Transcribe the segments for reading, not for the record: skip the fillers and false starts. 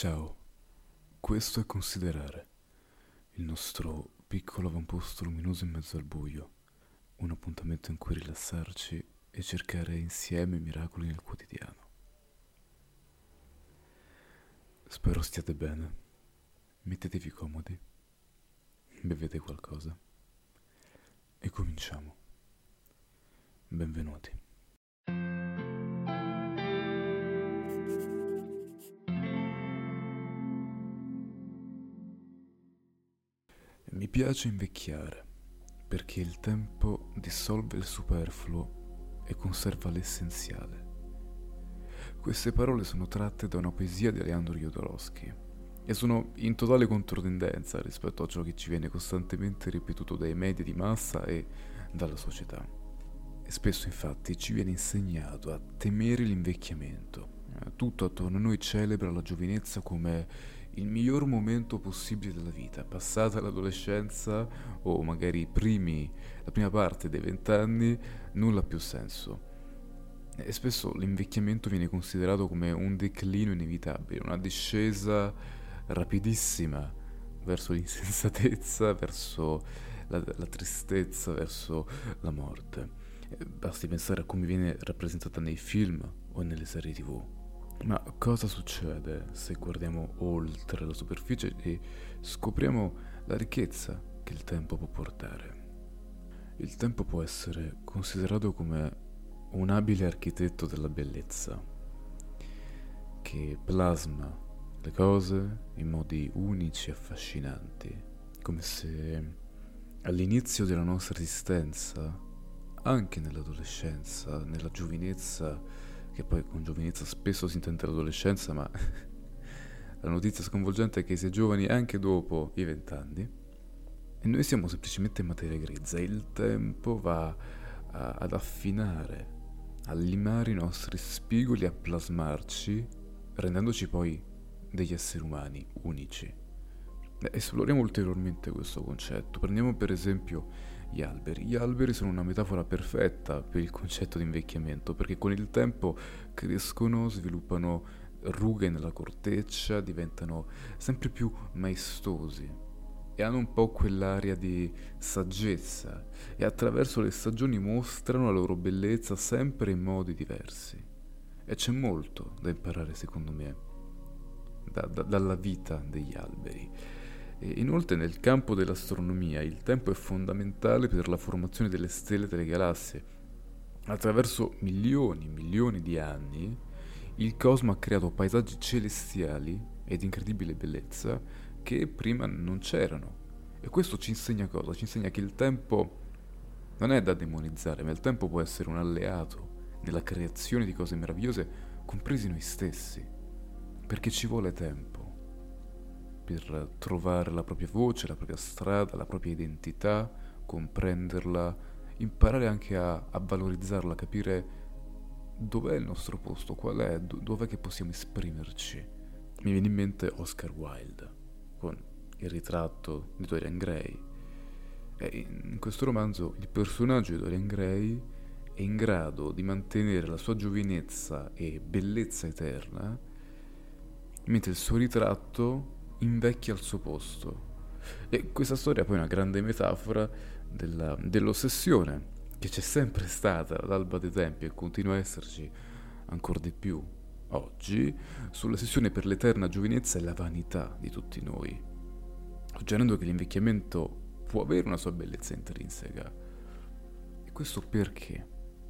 Ciao, questo è Considerare, il nostro piccolo avamposto luminoso in mezzo al buio, un appuntamento in cui rilassarci e cercare insieme i miracoli nel quotidiano. Spero stiate bene, mettetevi comodi, bevete qualcosa e cominciamo. Benvenuti. Mi piace invecchiare perché il tempo dissolve il superfluo e conserva l'essenziale. Queste parole sono tratte da una poesia di Aleandro Jodorowsky e sono in totale controtendenza rispetto a ciò che ci viene costantemente ripetuto dai media di massa e dalla società. E spesso infatti ci viene insegnato a temere l'invecchiamento. Tutto attorno a noi celebra la giovinezza come il miglior momento possibile della vita. Passata l'adolescenza o magari la prima parte dei 20 anni, nulla ha più senso. E spesso l'invecchiamento viene considerato come un declino inevitabile, una discesa rapidissima verso l'insensatezza, verso la tristezza, verso la morte. Basti pensare a come viene rappresentata nei film o nelle serie TV. Ma cosa succede se guardiamo oltre la superficie e scopriamo la ricchezza che il tempo può portare? Il tempo può essere considerato come un abile architetto della bellezza che plasma le cose in modi unici e affascinanti, come se all'inizio della nostra esistenza, anche nell'adolescenza, nella giovinezza, che poi con giovinezza spesso si intende l'adolescenza, ma la notizia sconvolgente è che si è giovani anche dopo i 20 anni e noi siamo semplicemente materia grezza. Il tempo va ad affinare, a limare i nostri spigoli, a plasmarci, rendendoci poi degli esseri umani unici. Esploriamo ulteriormente questo concetto. Prendiamo per esempio gli alberi. Gli alberi sono una metafora perfetta per il concetto di invecchiamento, perché con il tempo crescono, sviluppano rughe nella corteccia, diventano sempre più maestosi e hanno un po' quell'aria di saggezza e attraverso le stagioni mostrano la loro bellezza sempre in modi diversi. E c'è molto da imparare, secondo me, dalla vita degli alberi. E inoltre nel campo dell'astronomia il tempo è fondamentale per la formazione delle stelle e delle galassie. Attraverso milioni di anni il cosmo ha creato paesaggi celestiali ed incredibile bellezza che prima non c'erano. E questo ci insegna cosa? Ci insegna che il tempo non è da demonizzare, ma il tempo può essere un alleato nella creazione di cose meravigliose, compresi noi stessi, perché ci vuole tempo per trovare la propria voce, la propria strada, la propria identità, comprenderla, imparare anche a valorizzarla, capire dov'è il nostro posto, qual è, dov'è che possiamo esprimerci. Mi viene in mente Oscar Wilde, con il ritratto di Dorian Gray. E in questo romanzo il personaggio di Dorian Gray è in grado di mantenere la sua giovinezza e bellezza eterna, mentre il suo ritratto invecchia al suo posto. E questa storia poi è una grande metafora dell'ossessione che c'è sempre stata dall'alba dei tempi e continua a esserci ancora di più oggi, sull'ossessione per l'eterna giovinezza e la vanità di tutti noi, suggerendo che l'invecchiamento può avere una sua bellezza intrinseca. E questo perché?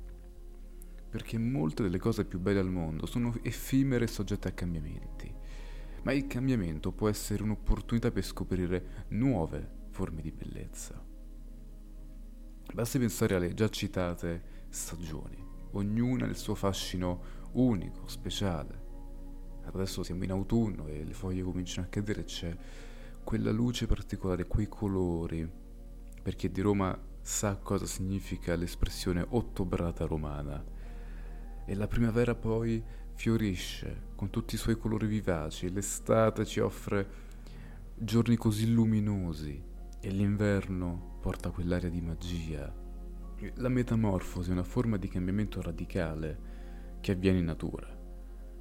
Perché molte delle cose più belle al mondo sono effimere e soggette a cambiamenti. Ma il cambiamento può essere un'opportunità per scoprire nuove forme di bellezza. Basti pensare alle già citate stagioni, ognuna ha il suo fascino unico, speciale. Adesso siamo in autunno e le foglie cominciano a cadere e c'è quella luce particolare, quei colori, per chi è di Roma sa cosa significa l'espressione ottobrata romana. E la primavera poi fiorisce con tutti i suoi colori vivaci, l'estate ci offre giorni così luminosi e l'inverno porta quell'aria di magia. La metamorfosi è una forma di cambiamento radicale che avviene in natura.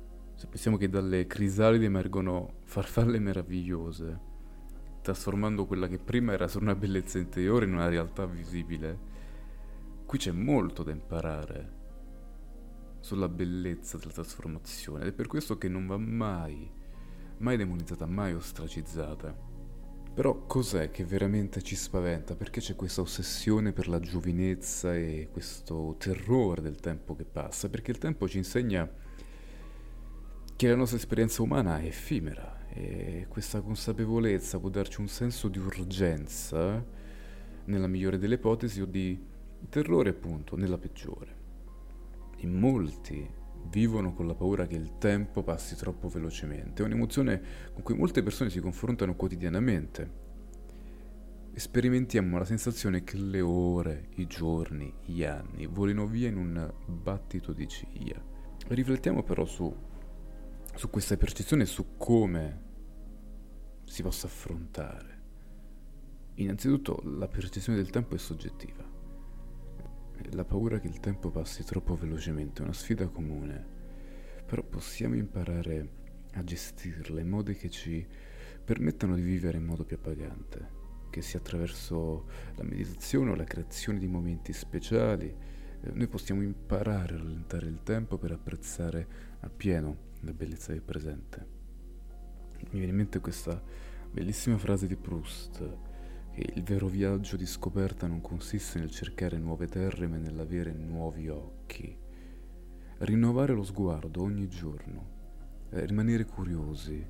Se pensiamo che dalle crisalide emergono farfalle meravigliose, trasformando quella che prima era solo una bellezza interiore in una realtà visibile, qui c'è molto da imparare sulla bellezza della trasformazione ed è per questo che non va mai demonizzata, mai ostracizzata. Però cos'è che veramente ci spaventa? Perché c'è questa ossessione per la giovinezza e questo terrore del tempo che passa? Perché il tempo ci insegna che la nostra esperienza umana è effimera e questa consapevolezza può darci un senso di urgenza, nella migliore delle ipotesi, o di terrore, appunto, nella peggiore. In molti vivono con la paura che il tempo passi troppo velocemente. È un'emozione con cui molte persone si confrontano quotidianamente. E sperimentiamo la sensazione che le ore, i giorni, gli anni volino via in un battito di ciglia. Riflettiamo però su questa percezione e su come si possa affrontare. Innanzitutto, la percezione del tempo è soggettiva. La paura che il tempo passi troppo velocemente è una sfida comune, però possiamo imparare a gestirla in modi che ci permettano di vivere in modo più appagante, che sia attraverso la meditazione o la creazione di momenti speciali. Noi possiamo imparare a rallentare il tempo per apprezzare appieno la bellezza del presente. Mi viene in mente questa bellissima frase di Proust, che il vero viaggio di scoperta non consiste nel cercare nuove terre, ma nell'avere nuovi occhi. Rinnovare lo sguardo ogni giorno, rimanere curiosi,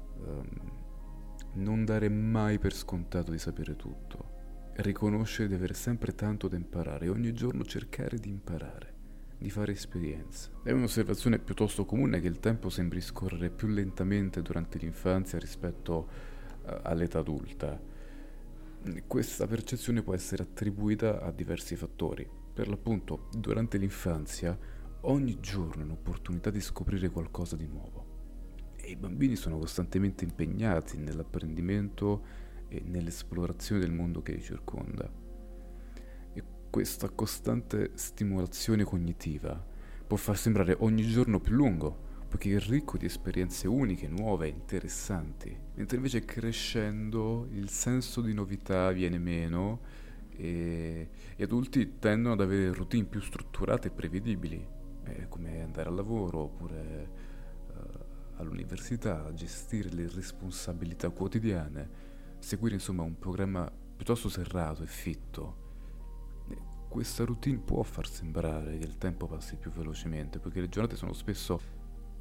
non dare mai per scontato di sapere tutto, riconoscere di avere sempre tanto da imparare e ogni giorno cercare di imparare, di fare esperienze. È un'osservazione piuttosto comune che il tempo sembri scorrere più lentamente durante l'infanzia rispetto all'età adulta. Questa percezione può essere attribuita a diversi fattori. Per l'appunto, durante l'infanzia ogni giorno è un'opportunità di scoprire qualcosa di nuovo. E i bambini sono costantemente impegnati nell'apprendimento e nell'esplorazione del mondo che li circonda. E questa costante stimolazione cognitiva può far sembrare ogni giorno più lungo, poiché è ricco di esperienze uniche, nuove, interessanti, mentre invece crescendo il senso di novità viene meno e gli adulti tendono ad avere routine più strutturate e prevedibili, come andare al lavoro oppure all'università, gestire le responsabilità quotidiane, seguire insomma un programma piuttosto serrato e fitto. Questa routine può far sembrare che il tempo passi più velocemente, perché le giornate sono spesso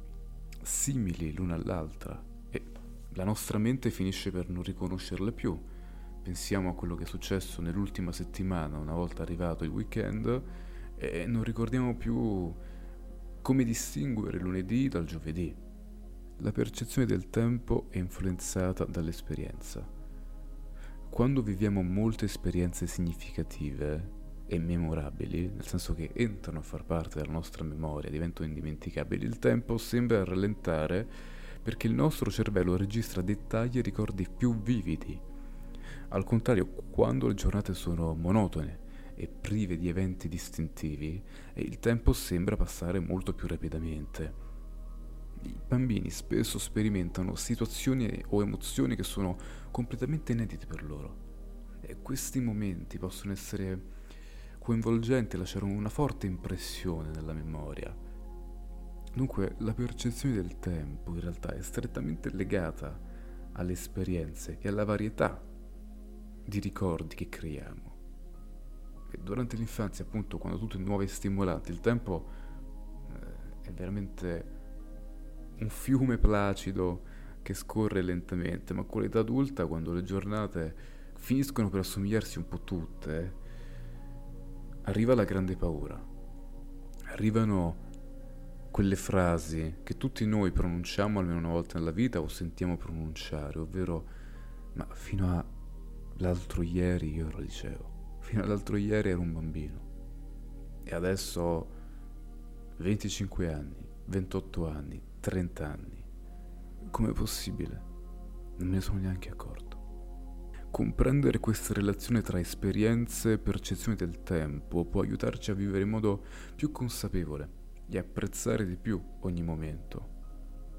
simili l'una all'altra e la nostra mente finisce per non riconoscerle più. Pensiamo a quello che è successo nell'ultima settimana, una volta arrivato il weekend, e non ricordiamo più come distinguere lunedì dal giovedì. La percezione del tempo è influenzata dall'esperienza. Quando viviamo molte esperienze significative e memorabili, nel senso che entrano a far parte della nostra memoria, diventano indimenticabili, il tempo sembra rallentare perché il nostro cervello registra dettagli e ricordi più vividi. Al contrario, quando le giornate sono monotone e prive di eventi distintivi, il tempo sembra passare molto più rapidamente. I bambini spesso sperimentano situazioni o emozioni che sono completamente inedite per loro. E questi momenti possono essere coinvolgenti e lasciare una forte impressione nella memoria. Dunque, la percezione del tempo in realtà è strettamente legata alle esperienze e alla varietà di ricordi che creiamo. E durante l'infanzia, appunto, quando tutto è nuovo e stimolante, il tempo è veramente un fiume placido che scorre lentamente, ma con l'età adulta, quando le giornate finiscono per assomigliarsi un po' tutte, arriva la grande paura. Arrivano quelle frasi che tutti noi pronunciamo almeno una volta nella vita o sentiamo pronunciare, ovvero: ma fino all'altro ieri io ero al liceo, fino all'altro ieri ero un bambino e adesso ho 25 anni, 28 anni, 30 anni. Com'è possibile? Non me ne sono neanche accorto. Comprendere questa relazione tra esperienze e percezione del tempo può aiutarci a vivere in modo più consapevole e apprezzare di più ogni momento.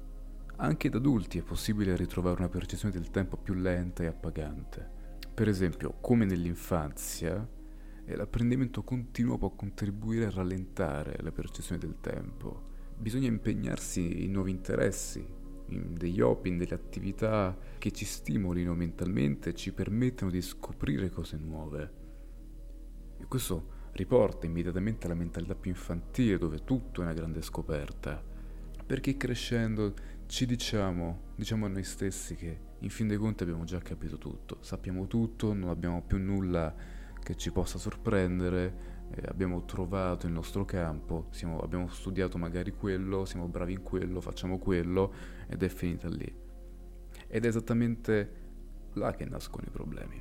anche da adulti è possibile ritrovare una percezione del tempo più lenta e appagante. Per esempio, come nell'infanzia, l'apprendimento continuo può contribuire a rallentare la percezione del tempo. Bisogna impegnarsi in nuovi interessi, in degli hobby, in delle attività che ci stimolino mentalmente e ci permettono di scoprire cose nuove. E questo riporta immediatamente alla mentalità più infantile, dove tutto è una grande scoperta. Perché crescendo ci diciamo a noi stessi che in fin dei conti abbiamo già capito tutto, sappiamo tutto, non abbiamo più nulla che ci possa sorprendere, abbiamo trovato il nostro campo, abbiamo studiato magari quello, siamo bravi in quello, facciamo quello ed è finita lì. Ed è esattamente là che nascono i problemi.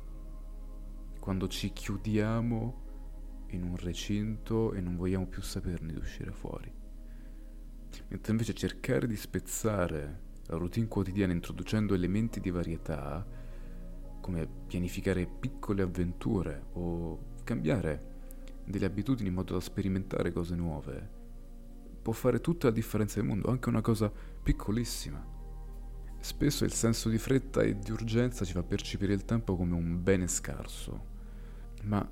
Quando ci chiudiamo in un recinto e non vogliamo più saperne di uscire fuori. Mentre invece cercare di spezzare la routine quotidiana introducendo elementi di varietà, come pianificare piccole avventure o cambiare delle abitudini in modo da sperimentare cose nuove, può fare tutta la differenza del mondo, anche una cosa piccolissima. Spesso il senso di fretta e di urgenza ci fa percepire il tempo come un bene scarso, ma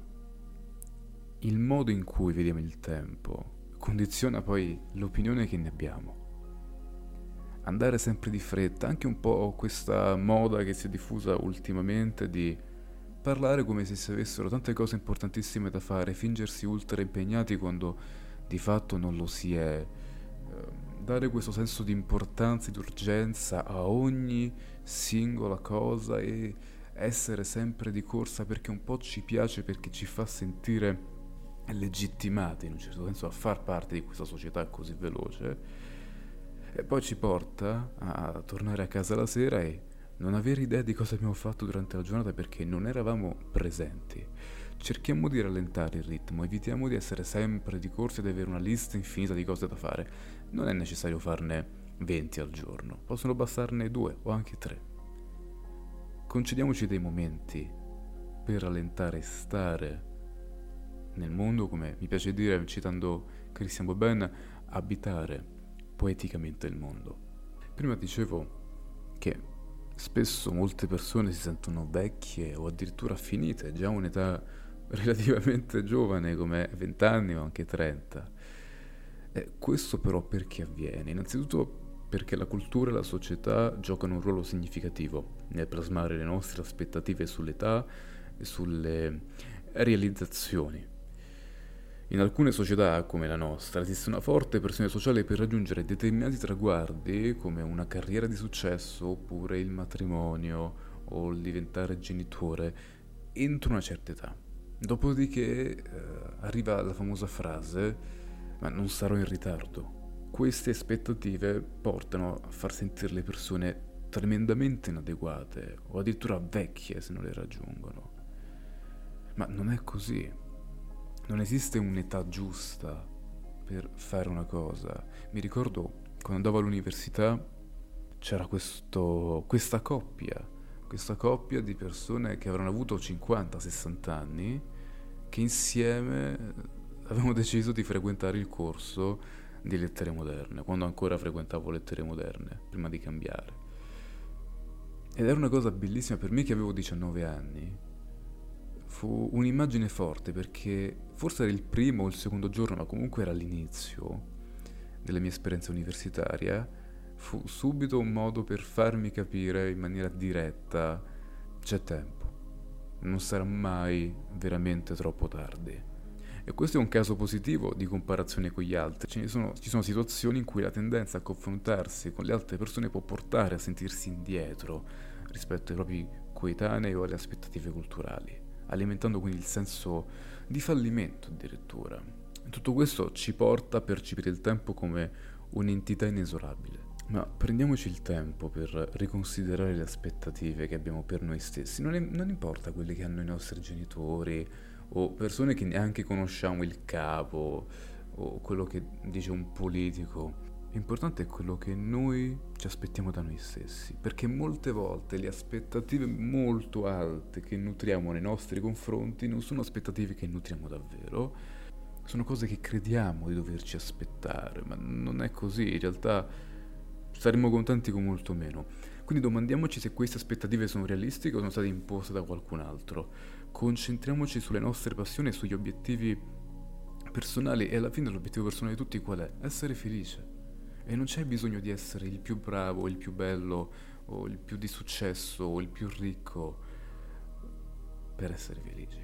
il modo in cui vediamo il tempo condiziona poi l'opinione che ne abbiamo. Andare sempre di fretta, anche un po' questa moda che si è diffusa ultimamente di parlare come se si avessero tante cose importantissime da fare, fingersi ultra impegnati quando di fatto non lo si è, dare questo senso di importanza e di urgenza a ogni singola cosa e essere sempre di corsa perché un po' ci piace, perché ci fa sentire legittimati in un certo senso a far parte di questa società così veloce, e poi ci porta a tornare a casa la sera e non avere idea di cosa abbiamo fatto durante la giornata perché non eravamo presenti. Cerchiamo di rallentare il ritmo, evitiamo di essere sempre di corsa e di avere una lista infinita di cose da fare. Non è necessario farne 20 al giorno, possono bastarne 2 o anche 3. Concediamoci dei momenti per rallentare e stare nel mondo, come mi piace dire, citando Christian Boben, abitare poeticamente il mondo. Prima dicevo che spesso molte persone si sentono vecchie o addirittura finite, già a un'età relativamente giovane come 20 anni o anche 30. E questo però perché avviene? Innanzitutto perché la cultura e la società giocano un ruolo significativo nel plasmare le nostre aspettative sull'età e sulle realizzazioni. In alcune società, come la nostra, esiste una forte pressione sociale per raggiungere determinati traguardi, come una carriera di successo, oppure il matrimonio, o il diventare genitore, entro una certa età. Dopodiché arriva la famosa frase, ma non sarò in ritardo. Queste aspettative portano a far sentire le persone tremendamente inadeguate, o addirittura vecchie se non le raggiungono. Ma non è così. Non esiste un'età giusta per fare una cosa. Mi ricordo quando andavo all'università c'era questa coppia di persone che avevano avuto 50-60 anni che insieme avevano deciso di frequentare il corso di lettere moderne, quando ancora frequentavo lettere moderne, prima di cambiare. Ed era una cosa bellissima per me che avevo 19 anni. Fu un'immagine forte perché forse era il primo o il secondo giorno, ma comunque era l'inizio della mia esperienza universitaria. Fu subito un modo per farmi capire in maniera diretta: c'è tempo, non sarà mai veramente troppo tardi. E questo è un caso positivo di comparazione con gli altri. Ci sono situazioni in cui la tendenza a confrontarsi con le altre persone può portare a sentirsi indietro rispetto ai propri coetanei o alle aspettative culturali, alimentando quindi il senso di fallimento addirittura. E tutto questo ci porta a percepire il tempo come un'entità inesorabile. Ma prendiamoci il tempo per riconsiderare le aspettative che abbiamo per noi stessi. Non importa quelle che hanno i nostri genitori o persone che neanche conosciamo, il capo o quello che dice un politico. L'importante è quello che noi ci aspettiamo da noi stessi, perché molte volte le aspettative molto alte che nutriamo nei nostri confronti non sono aspettative che nutriamo davvero, sono cose che crediamo di doverci aspettare, ma non è così. In realtà saremmo contenti con molto meno. Quindi domandiamoci se queste aspettative sono realistiche o sono state imposte da qualcun altro. Concentriamoci sulle nostre passioni e sugli obiettivi personali, e alla fine l'obiettivo personale di tutti qual è? Essere felice. E non c'è bisogno di essere il più bravo, il più bello, o il più di successo, o il più ricco per essere felici.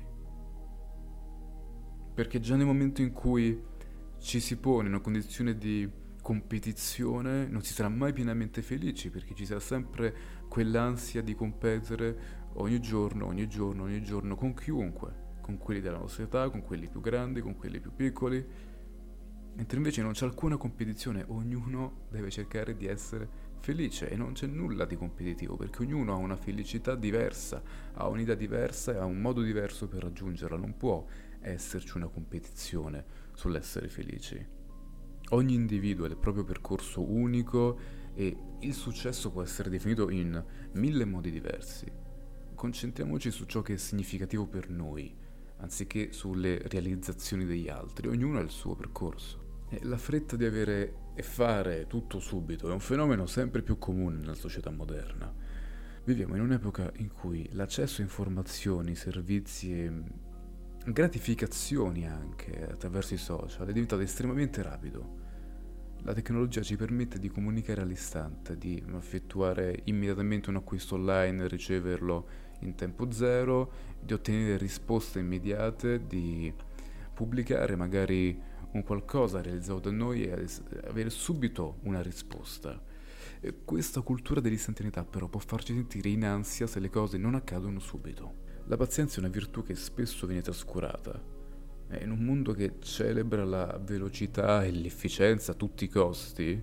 Perché già nel momento in cui ci si pone in una condizione di competizione non si sarà mai pienamente felici, perché ci sarà sempre quell'ansia di competere ogni giorno, ogni giorno, ogni giorno con chiunque, con quelli della nostra età, con quelli più grandi, con quelli più piccoli, mentre invece non c'è alcuna competizione, ognuno deve cercare di essere felice e non c'è nulla di competitivo, perché ognuno ha una felicità diversa, ha un'idea diversa e ha un modo diverso per raggiungerla, non può esserci una competizione sull'essere felici. Ogni individuo ha il proprio percorso unico e il successo può essere definito in 1000 modi diversi. Concentriamoci su ciò che è significativo per noi, anziché sulle realizzazioni degli altri. Ognuno ha il suo percorso. E la fretta di avere e fare tutto subito è un fenomeno sempre più comune nella società moderna. Viviamo in un'epoca in cui l'accesso a informazioni, servizi e gratificazioni anche attraverso i social è diventato estremamente rapido. La tecnologia ci permette di comunicare all'istante, di effettuare immediatamente un acquisto online e riceverlo in tempo zero, di ottenere risposte immediate, di pubblicare magari un qualcosa realizzato da noi e avere subito una risposta. E questa cultura dell'istantaneità però può farci sentire in ansia se le cose non accadono subito. La pazienza è una virtù che spesso viene trascurata. E in un mondo che celebra la velocità e l'efficienza a tutti i costi,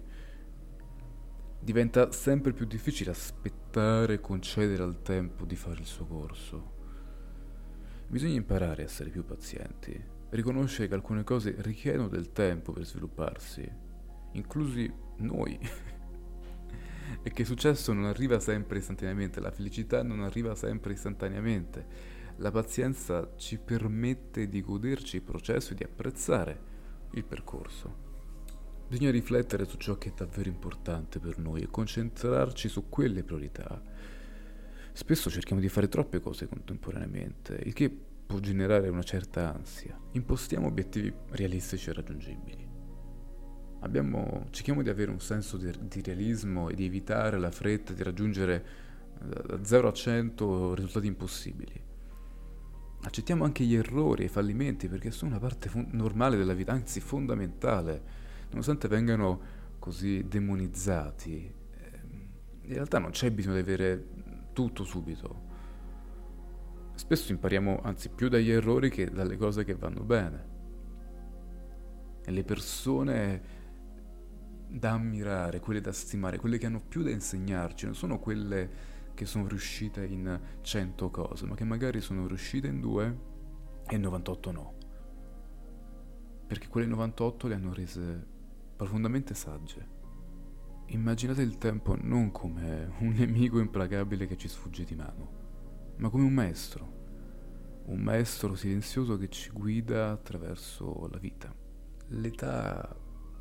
diventa sempre più difficile aspettare e concedere al tempo di fare il suo corso. Bisogna imparare a essere più pazienti, riconoscere che alcune cose richiedono del tempo per svilupparsi, inclusi noi, e che il successo non arriva sempre istantaneamente, la felicità non arriva sempre istantaneamente. La pazienza ci permette di goderci il processo e di apprezzare il percorso. Bisogna riflettere su ciò che è davvero importante per noi e concentrarci su quelle priorità. Spesso cerchiamo di fare troppe cose contemporaneamente, il che può generare una certa ansia. Impostiamo obiettivi realistici e raggiungibili. Cerchiamo di avere un senso di realismo e di evitare la fretta di raggiungere da 0 a 100 risultati impossibili. Accettiamo anche gli errori e i fallimenti perché sono una parte normale della vita, anzi fondamentale, nonostante vengano così demonizzati. In realtà non c'è bisogno di avere tutto subito. Spesso impariamo anzi più dagli errori che dalle cose che vanno bene. E le persone da ammirare, quelle da stimare, quelle che hanno più da insegnarci, non sono quelle che sono riuscite in 100 cose, ma che magari sono riuscite in 2 e 98 no. Perché quelle 98 le hanno rese profondamente sagge. Immaginate il tempo non come un nemico implacabile che ci sfugge di mano, ma come un maestro silenzioso che ci guida attraverso la vita. L'età...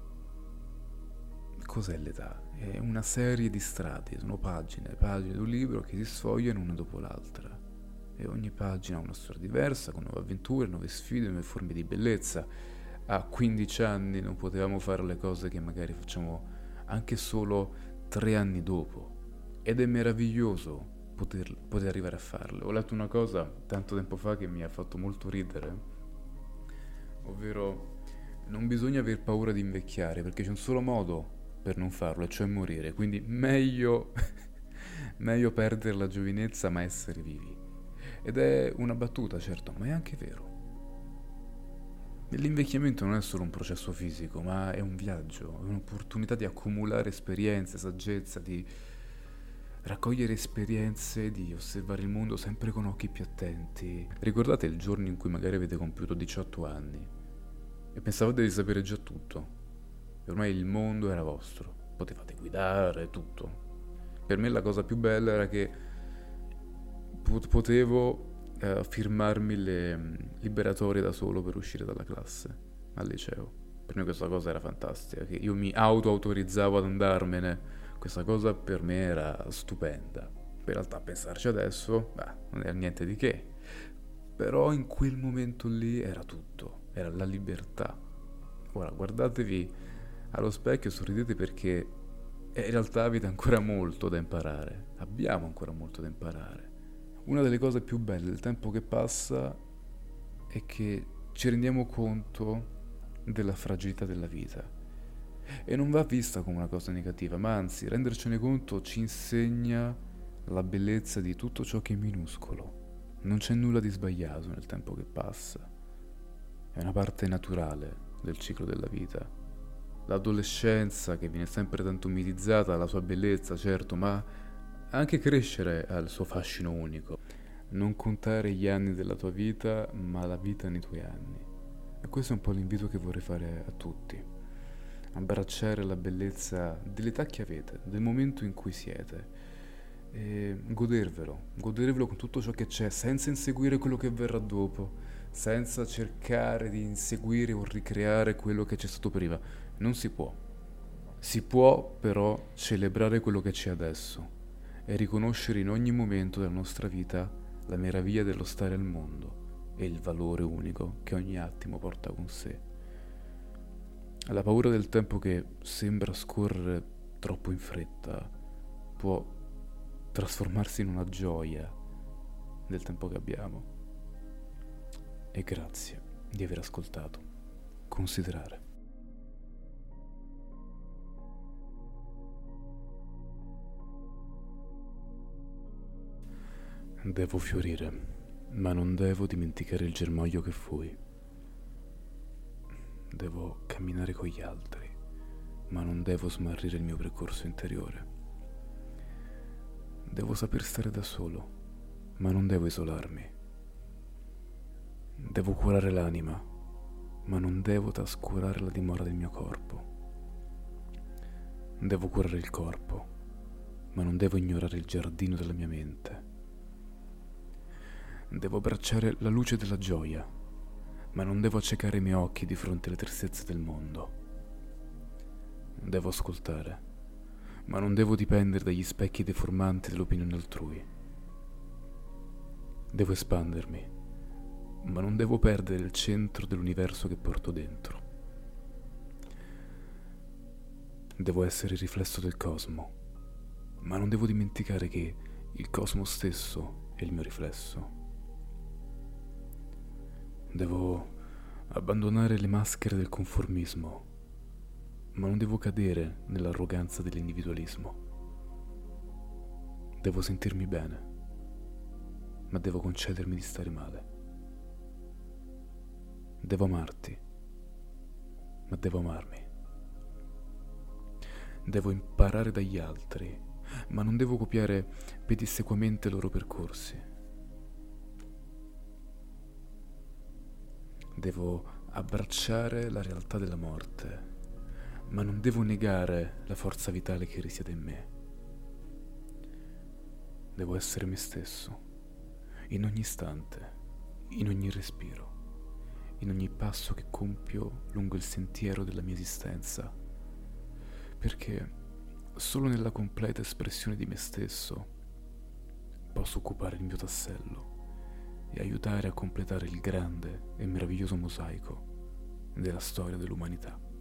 Cos'è l'età? È una serie di strati, sono pagine di un libro che si sfogliano una dopo l'altra. E ogni pagina ha una storia diversa, con nuove avventure, nuove sfide, nuove forme di bellezza. A 15 anni non potevamo fare le cose che magari facciamo anche solo 3 anni dopo. Ed è meraviglioso poter arrivare a farle. Ho letto una cosa tanto tempo fa che mi ha fatto molto ridere, ovvero non bisogna aver paura di invecchiare perché c'è un solo modo per non farlo, e cioè morire. Quindi meglio perdere la giovinezza ma essere vivi. Ed è una battuta, certo, ma è anche vero. L'invecchiamento non è solo un processo fisico, ma è un viaggio, è un'opportunità di accumulare esperienze, saggezza, di raccogliere esperienze, di osservare il mondo sempre con occhi più attenti. Ricordate il giorno in cui magari avete compiuto 18 anni e pensavate di sapere già tutto? E ormai il mondo era vostro, potevate guidare, tutto. Per me la cosa più bella era che potevo firmarmi le liberatorie da solo per uscire dalla classe al liceo. Per me questa cosa era fantastica, che io mi autorizzavo ad andarmene Questa cosa per me era stupenda. In realtà a pensarci adesso, non era niente di che. Però in quel momento lì era tutto, era la libertà. Ora guardatevi allo specchio e sorridete perché in realtà avete ancora molto da imparare. Abbiamo ancora molto da imparare. Una delle cose più belle del tempo che passa è che ci rendiamo conto della fragilità della vita. E non va vista come una cosa negativa, ma anzi, rendercene conto ci insegna la bellezza di tutto ciò che è minuscolo. Non c'è nulla di sbagliato nel tempo che passa. È una parte naturale del ciclo della vita. L'adolescenza, che viene sempre tanto mitizzata, ha la sua bellezza, certo, ma anche crescere ha il suo fascino unico. Non contare gli anni della tua vita, ma la vita nei tuoi anni. E questo è un po' l'invito che vorrei fare a tutti. Abbracciare la bellezza dell'età che avete, del momento in cui siete. E godervelo con tutto ciò che c'è, senza inseguire quello che verrà dopo, senza cercare di inseguire o ricreare quello che c'è stato prima. Non si può. Si può però celebrare quello che c'è adesso e riconoscere in ogni momento della nostra vita la meraviglia dello stare al mondo e il valore unico che ogni attimo porta con sé. La paura del tempo che sembra scorrere troppo in fretta può trasformarsi in una gioia del tempo che abbiamo. E grazie di aver ascoltato. Considerare. Devo fiorire, ma non devo dimenticare il germoglio che fui. Devo camminare con gli altri, ma non devo smarrire il mio percorso interiore. Devo saper stare da solo, ma non devo isolarmi. Devo curare l'anima, ma non devo trascurare la dimora del mio corpo. Devo curare il corpo, ma non devo ignorare il giardino della mia mente. Devo abbracciare la luce della gioia, ma non devo accecare i miei occhi di fronte alle tristezze del mondo. Devo ascoltare, ma non devo dipendere dagli specchi deformanti dell'opinione altrui. Devo espandermi, ma non devo perdere il centro dell'universo che porto dentro. Devo essere il riflesso del cosmo, ma non devo dimenticare che il cosmo stesso è il mio riflesso. Devo abbandonare le maschere del conformismo, ma non devo cadere nell'arroganza dell'individualismo. Devo sentirmi bene, ma devo concedermi di stare male. Devo amarti, ma devo amarmi. Devo imparare dagli altri, ma non devo copiare pedissequamente i loro percorsi. Devo abbracciare la realtà della morte, ma non devo negare la forza vitale che risiede in me. Devo essere me stesso, in ogni istante, in ogni respiro, in ogni passo che compio lungo il sentiero della mia esistenza, perché solo nella completa espressione di me stesso posso occupare il mio tassello e aiutare a completare il grande e meraviglioso mosaico della storia dell'umanità.